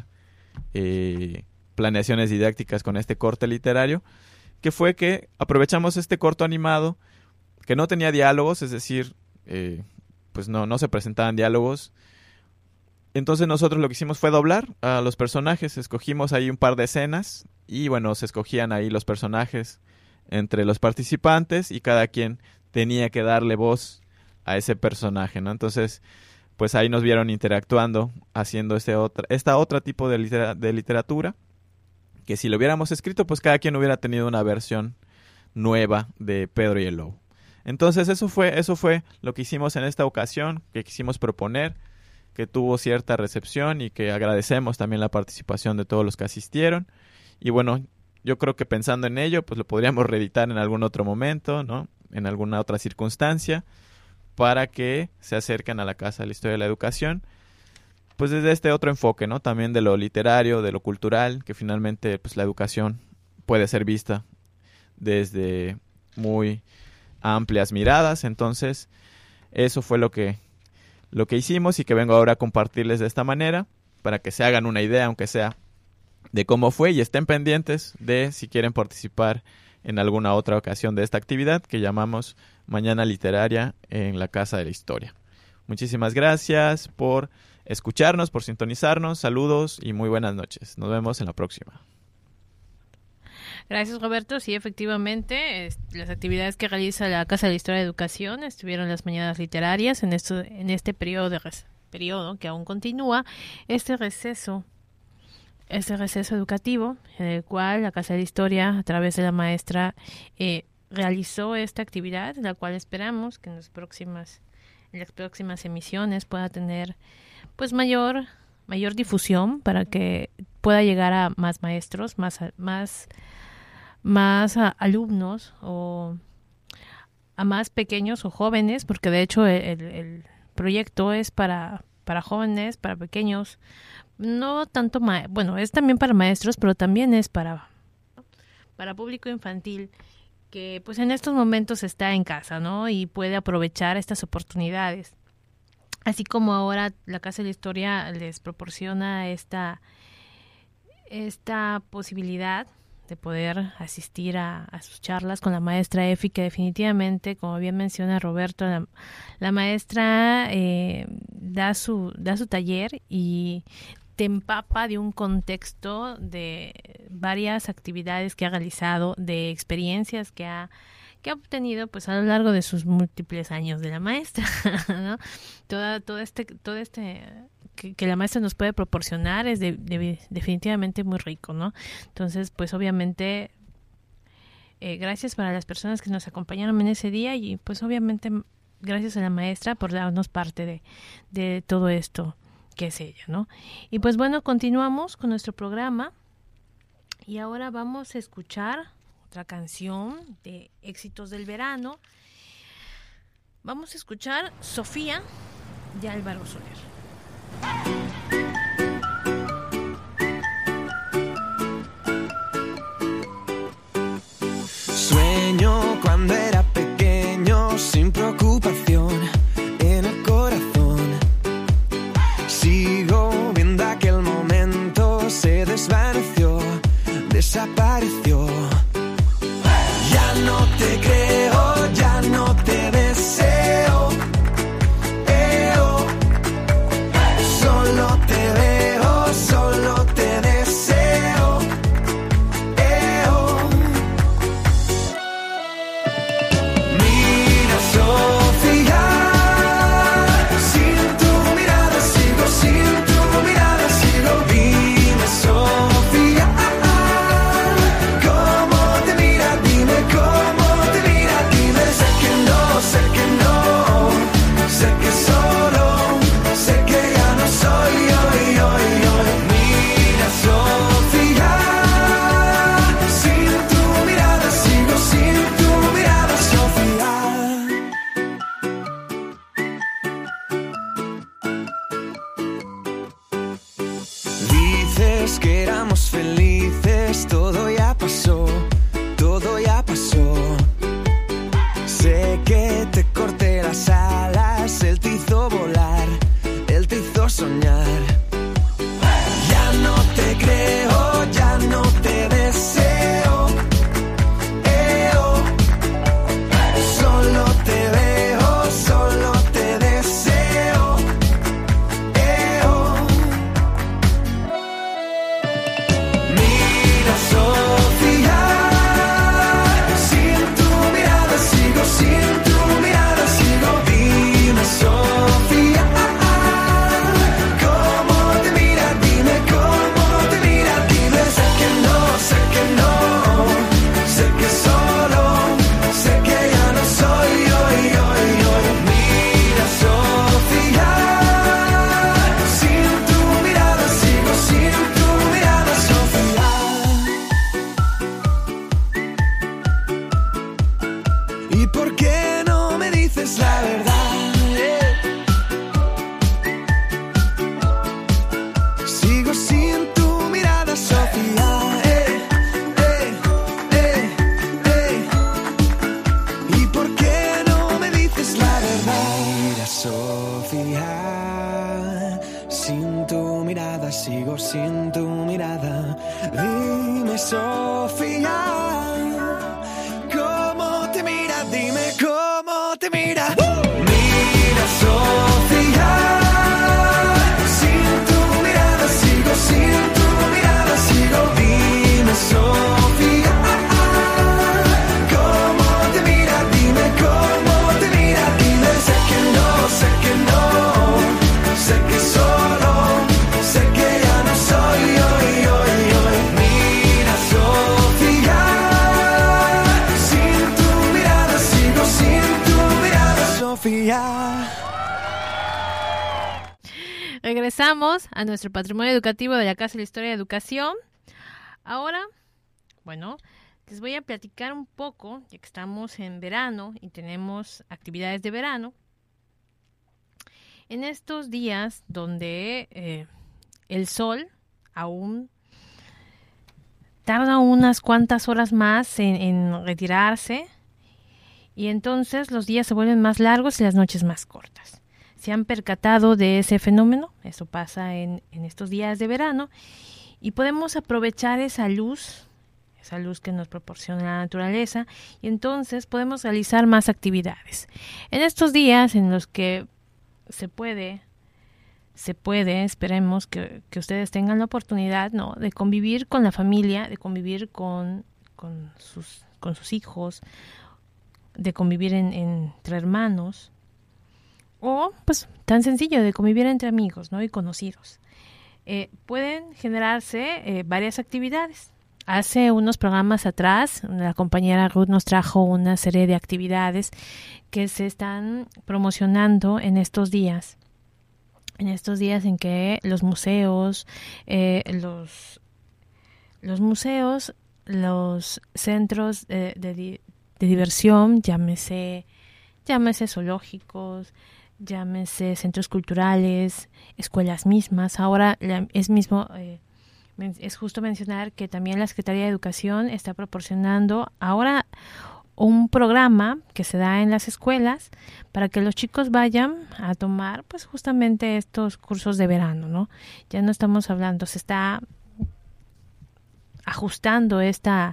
S5: planeaciones didácticas con este corte literario, que fue que aprovechamos este corto animado que no tenía diálogos, es decir, pues no se presentaban diálogos. Entonces nosotros lo que hicimos fue doblar a los personajes, escogimos ahí un par de escenas y bueno, se escogían ahí los personajes entre los participantes y cada quien tenía que darle voz a ese personaje, ¿no? Entonces, pues ahí nos vieron interactuando, haciendo esta otra tipo de literatura, que si lo hubiéramos escrito, pues cada quien hubiera tenido una versión nueva de Pedro y el Lobo. Entonces eso fue lo que hicimos en esta ocasión, que quisimos proponer, que tuvo cierta recepción y que agradecemos también la participación de todos los que asistieron. Y bueno, yo creo que pensando en ello, pues lo podríamos reeditar en algún otro momento, ¿no? En alguna otra circunstancia, para que se acerquen a la Casa de la Historia de la Educación, pues desde este otro enfoque, ¿no? También de lo literario, de lo cultural, que finalmente pues la educación puede ser vista desde muy amplias miradas. Entonces, eso fue lo que hicimos y que vengo ahora a compartirles de esta manera, para que se hagan una idea, aunque sea, de cómo fue, y estén pendientes de si quieren participar en alguna otra ocasión de esta actividad que llamamos Mañana Literaria en la Casa de la Historia. Muchísimas gracias por escucharnos, por sintonizarnos. Saludos y muy buenas noches. Nos vemos en la próxima.
S2: Gracias, Roberto. Sí, efectivamente, las actividades que realiza la Casa de la Historia de Educación estuvieron las mañanas literarias en este periodo que aún continúa, este receso educativo, en el cual la Casa de la Historia, a través de la maestra, realizó esta actividad, la cual esperamos que en las próximas emisiones pueda tener pues mayor difusión, para que pueda llegar a más maestros, más alumnos, o a más pequeños o jóvenes, porque de hecho el proyecto es para jóvenes, para pequeños, no tanto, es también para maestros, pero también es para público infantil, que pues en estos momentos está en casa, ¿no? Y puede aprovechar estas oportunidades. Así como ahora la Casa de la Historia les proporciona esta posibilidad de poder asistir a sus charlas con la maestra Efi, que definitivamente, como bien menciona Roberto, la maestra da su taller y te empapa de un contexto de varias actividades que ha realizado, de experiencias que ha obtenido pues a lo largo de sus múltiples años de la maestra, ¿no? Todo este que la maestra nos puede proporcionar es definitivamente muy rico, ¿no? Entonces, pues obviamente, gracias para las personas que nos acompañaron en ese día, y pues obviamente gracias a la maestra por darnos parte de todo esto que es ella, ¿no? Y pues bueno, continuamos con nuestro programa y ahora vamos a escuchar otra canción de éxitos del verano. Vamos a escuchar Sofía de Álvaro Soler.
S3: Sueño cuando era pequeño, sin preocupación en el corazón. Sigo viendo aquel momento, se desvaneció, desapareció. Ya no te creo, ya no te deseo. Solo Dijimos que éramos felices, todo ya pasó, todo ya pasó. Sé que te corté las alas, él te hizo volar, él te hizo soñar. Ya no te creo, ya no te deseo. Solo te veo, solo te deseo. Mira, Sofía, sin tu mirada sigo, sin tu mirada sigo. Dime, Sofía, ¿cómo te mira? Dime cómo te mira. Dime, sé que no, sé que no, sé que solo, sé que ya no soy yo. Mira, Sofía, sin tu mirada sigo, sin tu mirada, Sofía. ¿Y por qué no me dices la verdad? Sigo sin tu mirada, Sofía. ¿Y por qué no me dices la verdad? Mira, Sofía, sin tu mirada sigo, sin tu mirada. Dime, Sofía, ¿cómo te mira? Dime cómo te mira. Mira, Sofía, sin tu mirada sigo, sin tu mirada sigo. Dime, Sofía, ¿cómo te mira? Dime cómo te mira. Dime, sé que no, sé que no, sé que solo, sé que ya no soy yo. Mira, Sofía, sin tu mirada sigo, sin tu mirada, Sofía.
S2: Regresamos a nuestro patrimonio educativo de la Casa de la Historia de Educación. Ahora, bueno, les voy a platicar un poco, ya que estamos en verano y tenemos actividades de verano. En estos días donde el sol aún tarda unas cuantas horas más en retirarse, y entonces los días se vuelven más largos y las noches más cortas. ¿Se han percatado de ese fenómeno? Eso pasa en estos días de verano, y podemos aprovechar esa luz que nos proporciona la naturaleza, y entonces podemos realizar más actividades. En estos días en los que se puede, esperemos que ustedes tengan la oportunidad, ¿no?, de convivir con la familia, de convivir con sus hijos, de convivir entre hermanos, o pues tan sencillo de convivir entre amigos, ¿no?, y conocidos. Pueden generarse varias actividades. Hace unos programas atrás, la compañera Ruth nos trajo una serie de actividades que se están promocionando en estos días en que los museos, los centros de diversión, llámese zoológicos, llámese centros culturales, escuelas mismas. Ahora es justo mencionar que también la Secretaría de Educación está proporcionando ahora un programa que se da en las escuelas para que los chicos vayan a tomar pues justamente estos cursos de verano, ¿no? Ya no estamos hablando, se está ajustando esta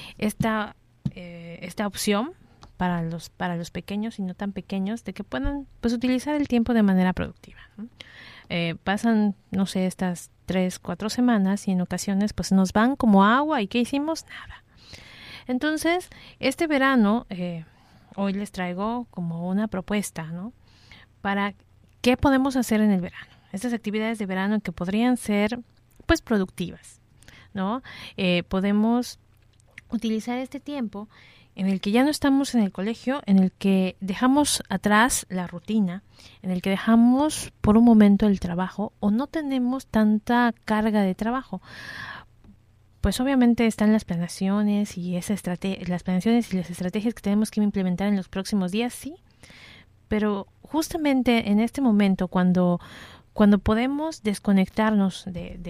S2: opción para los pequeños y no tan pequeños, de que puedan pues utilizar el tiempo de manera productiva, ¿no? Pasan, no sé, estas 3-4 semanas y en ocasiones pues nos van como agua. ¿Y qué hicimos? Nada. Entonces, este verano, hoy les traigo como una propuesta, ¿no?, para qué podemos hacer en el verano. Estas actividades de verano que podrían ser pues productivas, ¿no? Podemos utilizar este tiempo en el que ya no estamos en el colegio, en el que dejamos atrás la rutina, en el que dejamos por un momento el trabajo o no tenemos tanta carga de trabajo. Pues obviamente están las planeaciones y las estrategias que tenemos que implementar en los próximos días, sí, pero justamente en este momento cuando podemos desconectarnos de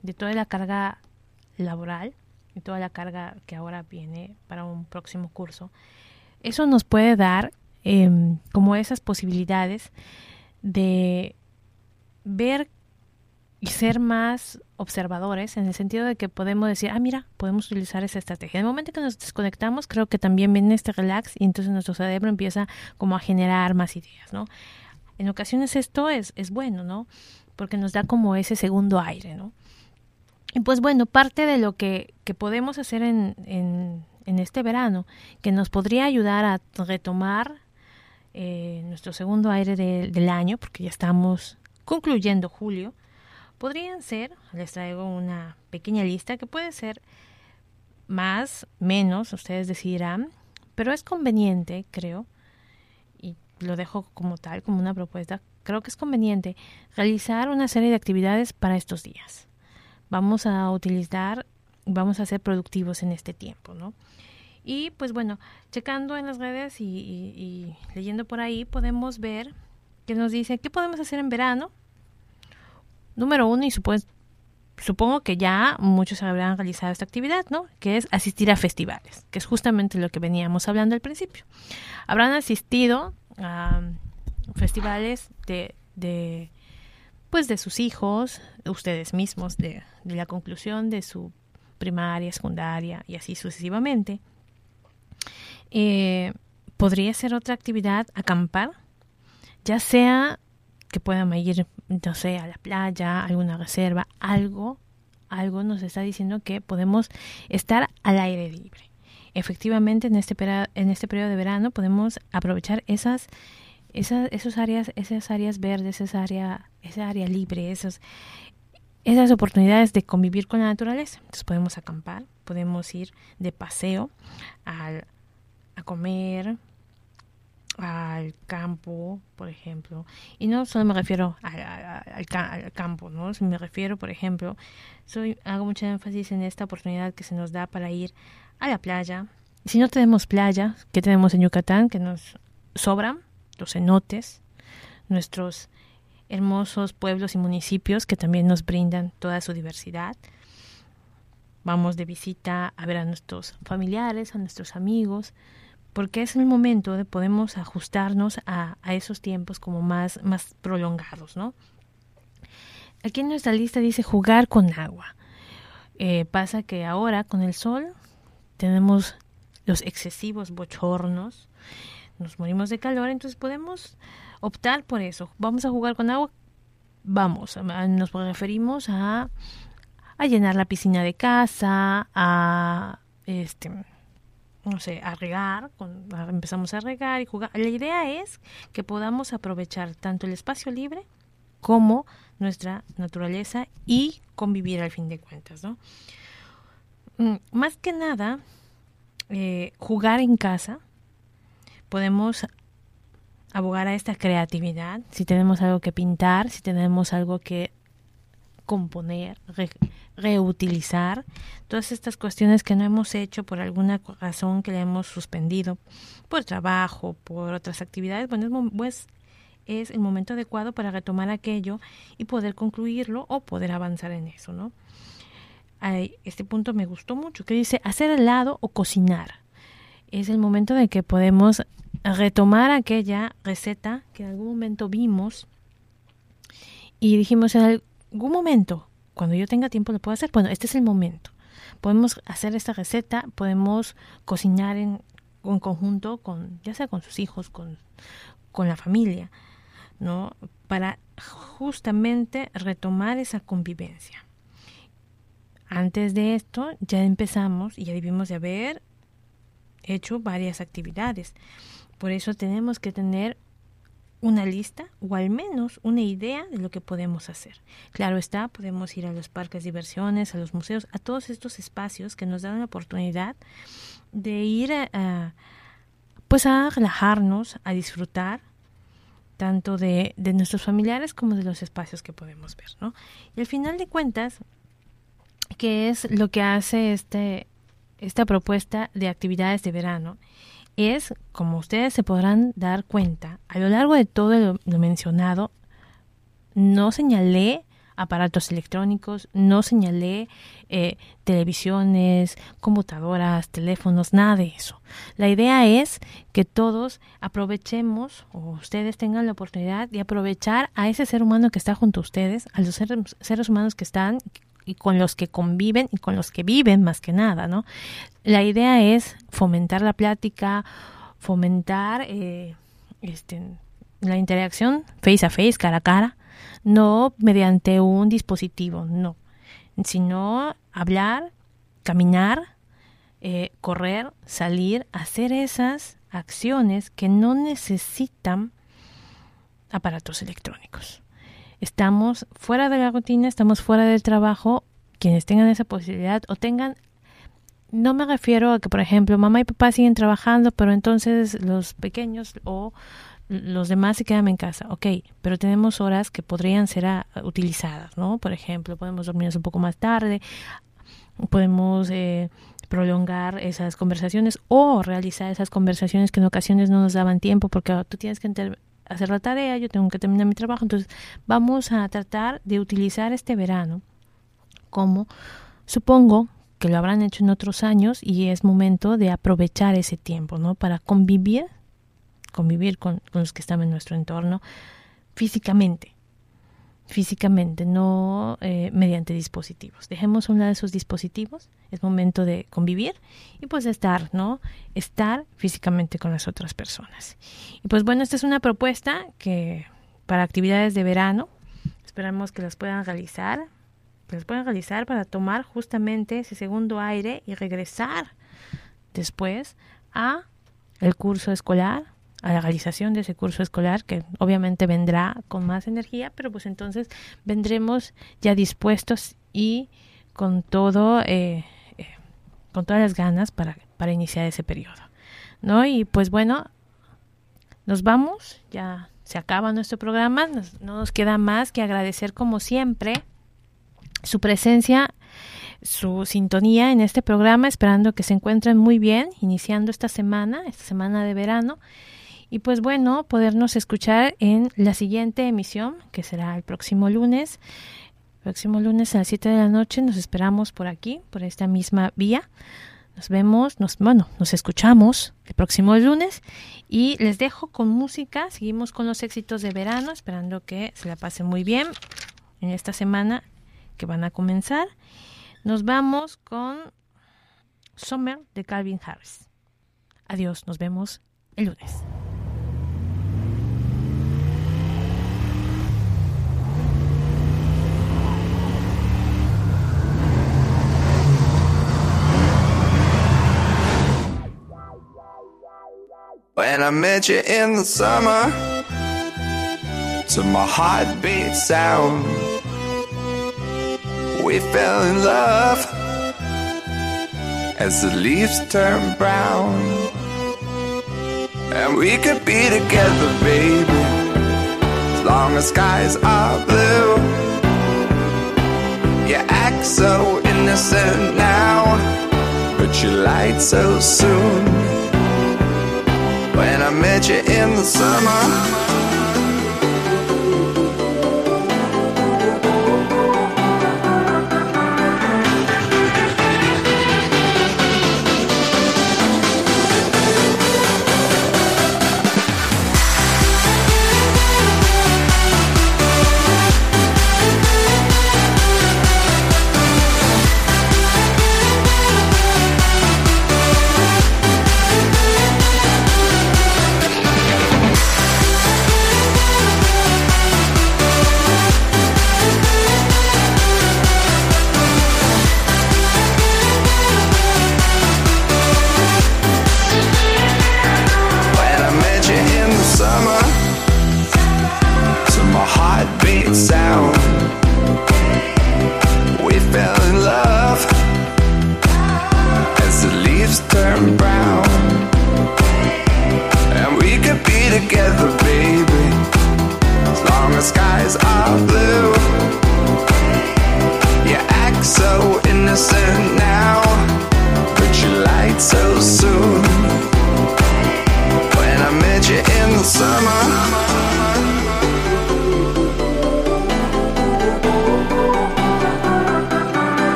S2: de toda la carga laboral y toda la carga que ahora viene para un próximo curso, eso nos puede dar como esas posibilidades de ver y ser más observadores, en el sentido de que podemos decir, mira, podemos utilizar esa estrategia. En el momento que nos desconectamos, creo que también viene este relax y entonces nuestro cerebro empieza como a generar más ideas, ¿no? En ocasiones esto es bueno, ¿no? Porque nos da como ese segundo aire, ¿no? Y pues bueno, parte de lo que podemos hacer en este verano, que nos podría ayudar a retomar nuestro segundo aire del año, porque ya estamos concluyendo julio, podrían ser, les traigo una pequeña lista que puede ser más, menos, ustedes decidirán, pero es conveniente, creo, y lo dejo como tal, como una propuesta, creo que es conveniente realizar una serie de actividades para estos días. Vamos a ser productivos en este tiempo, ¿no? Y pues bueno, checando en las redes y leyendo por ahí, podemos ver que nos dice qué podemos hacer en verano. Número 1, y supongo que ya muchos habrán realizado esta actividad, ¿no? Que es asistir a festivales, que es justamente lo que veníamos hablando al principio. Habrán asistido a festivales de sus hijos, ustedes mismos, de la conclusión de su primaria, secundaria y así sucesivamente. Podría ser otra actividad, acampar, ya sea que puedan ir, no sé, a la playa, alguna reserva, algo nos está diciendo que podemos estar al aire libre. Efectivamente, en este periodo de verano podemos aprovechar esas áreas verdes, esa área libre, esas oportunidades de convivir con la naturaleza. Entonces podemos acampar, podemos ir de paseo a comer al campo, por ejemplo, y no solo me refiero al campo, ¿no? Me refiero, por ejemplo, hago mucho énfasis en esta oportunidad que se nos da para ir a la playa. Si no tenemos playa, ¿qué tenemos en Yucatán? Que nos sobran los cenotes, nuestros hermosos pueblos y municipios que también nos brindan toda su diversidad. Vamos de visita a ver a nuestros familiares, a nuestros amigos, porque es el momento de podemos ajustarnos a esos tiempos como más prolongados, ¿no? Aquí en nuestra lista dice jugar con agua. Pasa que ahora con el sol tenemos los excesivos bochornos, nos morimos de calor, entonces podemos optar por eso. Vamos a jugar con agua, nos referimos a llenar la piscina de casa, a regar, empezamos a regar y jugar. La idea es que podamos aprovechar tanto el espacio libre como nuestra naturaleza y convivir al fin de cuentas, ¿no? Más que nada, jugar en casa, podemos abogar a esta creatividad. Si tenemos algo que pintar, si tenemos algo que componer, reutilizar, todas estas cuestiones que no hemos hecho por alguna razón que le hemos suspendido, por trabajo, por otras actividades, pues es el momento adecuado para retomar aquello y poder concluirlo o poder avanzar en eso, ¿no? Este punto me gustó mucho, que dice hacer helado o cocinar. Es el momento de que podemos retomar aquella receta que en algún momento vimos y dijimos en algún momento, cuando yo tenga tiempo lo puedo hacer. Bueno, este es el momento. Podemos hacer esta receta, podemos cocinar en conjunto ya sea con sus hijos, con la familia, ¿no? Para justamente retomar esa convivencia. Antes de esto ya empezamos y ya debimos de haber hecho varias actividades. Por eso tenemos que tener una lista o al menos una idea de lo que podemos hacer. Claro está, podemos ir a los parques de diversiones, a los museos, a todos estos espacios que nos dan la oportunidad de ir a relajarnos, a disfrutar tanto de nuestros familiares como de los espacios que podemos ver, ¿no? Y al final de cuentas, ¿qué es lo que hace esta propuesta de actividades de verano? Es, como ustedes se podrán dar cuenta, a lo largo de todo lo mencionado, no señalé aparatos electrónicos, no señalé televisiones, computadoras, teléfonos, nada de eso. La idea es que todos aprovechemos, o ustedes tengan la oportunidad de aprovechar a ese ser humano que está junto a ustedes, a los seres humanos que están y con los que conviven y con los que viven más que nada, ¿no? La idea es fomentar la plática, fomentar la interacción face a face, cara a cara, no mediante un dispositivo, no, sino hablar, caminar, correr, salir, hacer esas acciones que no necesitan aparatos electrónicos. Estamos fuera de la rutina, estamos fuera del trabajo. Quienes tengan esa posibilidad o tengan, no me refiero a que, por ejemplo, mamá y papá siguen trabajando, pero entonces los pequeños o los demás se quedan en casa. Ok, pero tenemos horas que podrían ser utilizadas, ¿no? Por ejemplo, podemos dormirnos un poco más tarde, podemos prolongar esas conversaciones o realizar esas conversaciones que en ocasiones no nos daban tiempo porque tú tienes que hacer la tarea, yo tengo que terminar mi trabajo. Entonces vamos a tratar de utilizar este verano como supongo que lo habrán hecho en otros años y es momento de aprovechar ese tiempo, ¿no? Para convivir con los que están en nuestro entorno físicamente, no mediante dispositivos. Dejemos a un lado esos dispositivos, es momento de convivir y pues estar físicamente con las otras personas. Y pues bueno, esta es una propuesta que para actividades de verano, esperamos que las puedan realizar para tomar justamente ese segundo aire y regresar después a el curso escolar, a la realización de ese curso escolar que obviamente vendrá con más energía, pero pues entonces vendremos ya dispuestos y con todo, con todas las ganas para iniciar ese periodo, ¿no? Y pues bueno, nos vamos, ya se acaba nuestro programa, no nos queda más que agradecer como siempre su presencia, su sintonía en este programa, esperando que se encuentren muy bien, iniciando esta semana de verano. Y pues bueno, podernos escuchar en la siguiente emisión, que será el próximo lunes. Próximo lunes a las 7 de la noche nos esperamos por aquí, por esta misma vía. Nos vemos, nos escuchamos el próximo lunes y les dejo con música. Seguimos con los éxitos de verano, esperando que se la pasen muy bien en esta semana que van a comenzar. Nos vamos con Summer de Calvin Harris. Adiós, nos vemos el lunes.
S3: When I met you in the summer, to my heartbeat sound, we fell in love as the leaves turn brown. And we could be together, baby, as long as skies are blue. You act so innocent now, but you lied so soon. When I met you in the summer,